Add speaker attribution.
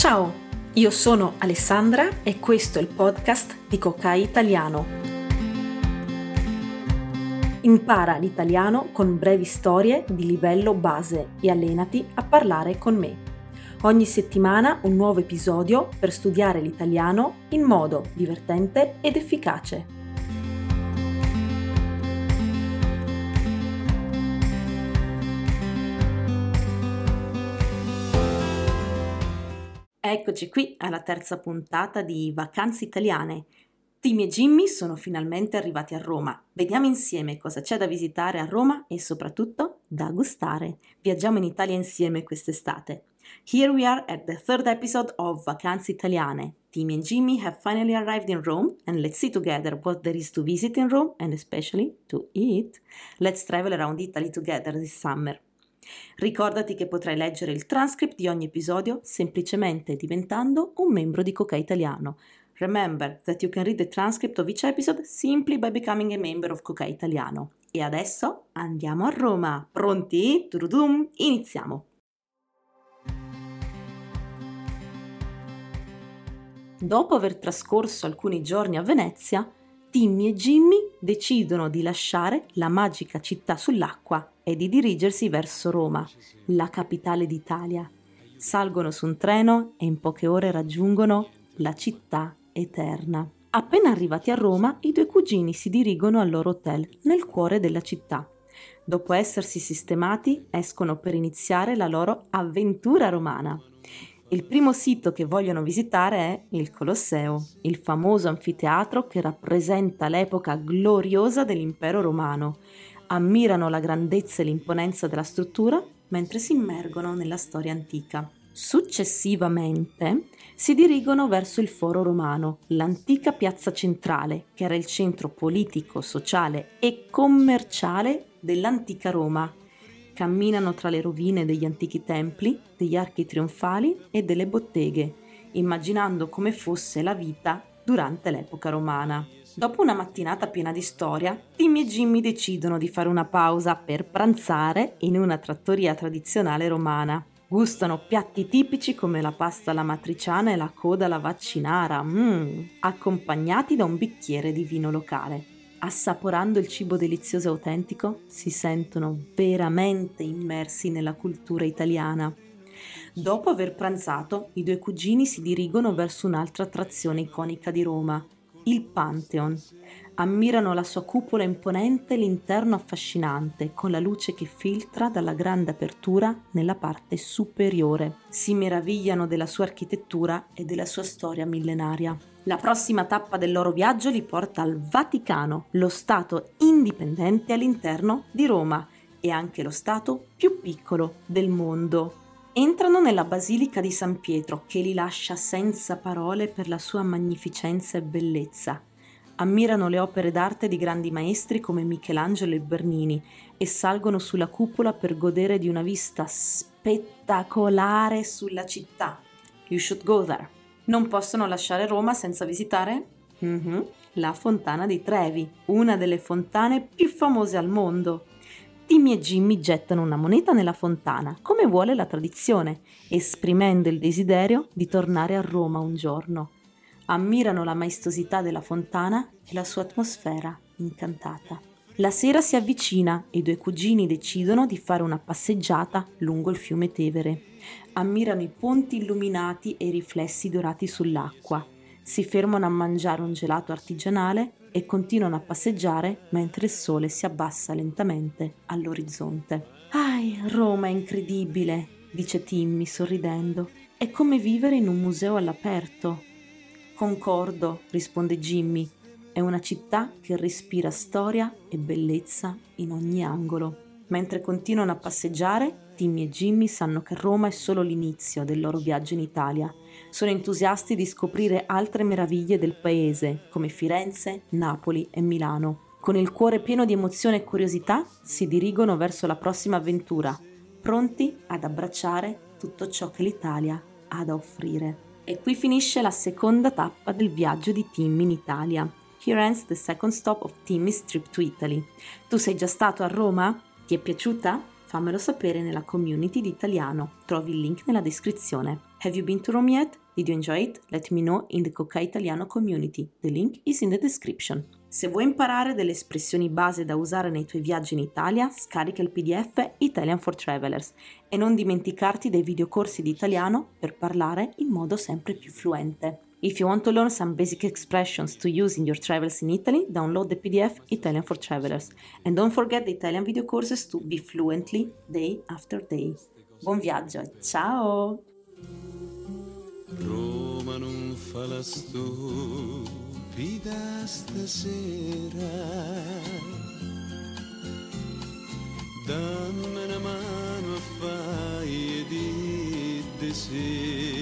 Speaker 1: Ciao, io sono Alessandra e questo è il podcast di Kokai Italiano. Impara l'italiano con brevi storie di livello base e allenati a parlare con me. Ogni settimana un nuovo episodio per studiare l'italiano in modo divertente ed efficace. Eccoci qui alla terza puntata di Vacanze Italiane. Timmy e Jimmy sono finalmente arrivati a Roma. Vediamo insieme cosa c'è da visitare a Roma e soprattutto da gustare. Viaggiamo in Italia insieme quest'estate. Here we are at the third episode of Vacanze Italiane. Timmy and Jimmy have finally arrived in Rome and let's see together what there is to visit in Rome and especially to eat. Let's travel around Italy together this summer. Ricordati che potrai leggere il transcript di ogni episodio semplicemente diventando un membro di Kokai Italiano. Remember that you can read the transcript of each episode simply by becoming a member of Kokai Italiano. E adesso andiamo a Roma. Pronti? Turudum, iniziamo! Dopo aver trascorso alcuni giorni a Venezia, Timmy e Jimmy decidono di lasciare la magica città sull'acqua e di dirigersi verso Roma, la capitale d'Italia. Salgono su un treno e in poche ore raggiungono la città eterna. Appena arrivati a Roma, i due cugini si dirigono al loro hotel nel cuore della città. Dopo essersi sistemati, escono per iniziare la loro avventura romana. Il primo sito che vogliono visitare è il Colosseo, il famoso anfiteatro che rappresenta l'epoca gloriosa dell'impero romano. Ammirano la grandezza e l'imponenza della struttura mentre si immergono nella storia antica. Successivamente si dirigono verso il Foro Romano, l'antica piazza centrale, che era il centro politico, sociale e commerciale dell'antica Roma. Camminano tra le rovine degli antichi templi, degli archi trionfali e delle botteghe, immaginando come fosse la vita durante l'epoca romana. Dopo una mattinata piena di storia, Timmy e Jimmy decidono di fare una pausa per pranzare in una trattoria tradizionale romana. Gustano piatti tipici come la pasta alla matriciana e la coda alla vaccinara, accompagnati da un bicchiere di vino locale. Assaporando il cibo delizioso e autentico, si sentono veramente immersi nella cultura italiana. Dopo aver pranzato, i due cugini si dirigono verso un'altra attrazione iconica di Roma, il Pantheon. Ammirano la sua cupola imponente e l'interno affascinante, con la luce che filtra dalla grande apertura nella parte superiore. Si meravigliano della sua architettura e della sua storia millenaria. La prossima tappa del loro viaggio li porta al Vaticano, lo stato indipendente all'interno di Roma e anche lo stato più piccolo del mondo. Entrano nella Basilica di San Pietro, che li lascia senza parole per la sua magnificenza e bellezza. Ammirano le opere d'arte di grandi maestri come Michelangelo e Bernini e salgono sulla cupola per godere di una vista spettacolare sulla città. You should go there. Non possono lasciare Roma senza visitare la Fontana di Trevi, una delle fontane più famose al mondo. Timmy e Jimmy gettano una moneta nella fontana, come vuole la tradizione, esprimendo il desiderio di tornare a Roma un giorno. Ammirano la maestosità della fontana e la sua atmosfera incantata. La sera si avvicina e i due cugini decidono di fare una passeggiata lungo il fiume Tevere. Ammirano i ponti illuminati e i riflessi dorati sull'acqua. Si fermano a mangiare un gelato artigianale e continuano a passeggiare mentre il sole si abbassa lentamente all'orizzonte. Roma è incredibile, dice Timmy sorridendo. È come vivere in un museo all'aperto. Concordo, risponde Jimmy. È una città che respira storia e bellezza in ogni angolo. Mentre continuano a passeggiare, Timmy e Jimmy sanno che Roma è solo l'inizio del loro viaggio in Italia. Sono entusiasti di scoprire altre meraviglie del paese, come Firenze, Napoli e Milano. Con il cuore pieno di emozione e curiosità, si dirigono verso la prossima avventura, pronti ad abbracciare tutto ciò che l'Italia ha da offrire. E qui finisce la seconda tappa del viaggio di Timmy in Italia. Here ends the second stop of Timmy's trip to Italy. Tu sei già stato a Roma? Ti è piaciuta? Fammelo sapere nella community di italiano. Trovi il link nella descrizione. Have you been to Rome yet? Did you enjoy it? Let me know in the Coca Italiano community. The link is in the description. Se vuoi imparare delle espressioni base da usare nei tuoi viaggi in Italia, scarica il PDF Italian for Travelers e non dimenticarti dei videocorsi di italiano per parlare in modo sempre più fluente. If you want to learn some basic expressions to use in your travels in Italy, download the PDF Italian for Travelers and don't forget the Italian video courses to be fluently day after day. Buon viaggio e ciao!
Speaker 2: Roma non fa la stupida stasera, dammi una mano a fare di sera.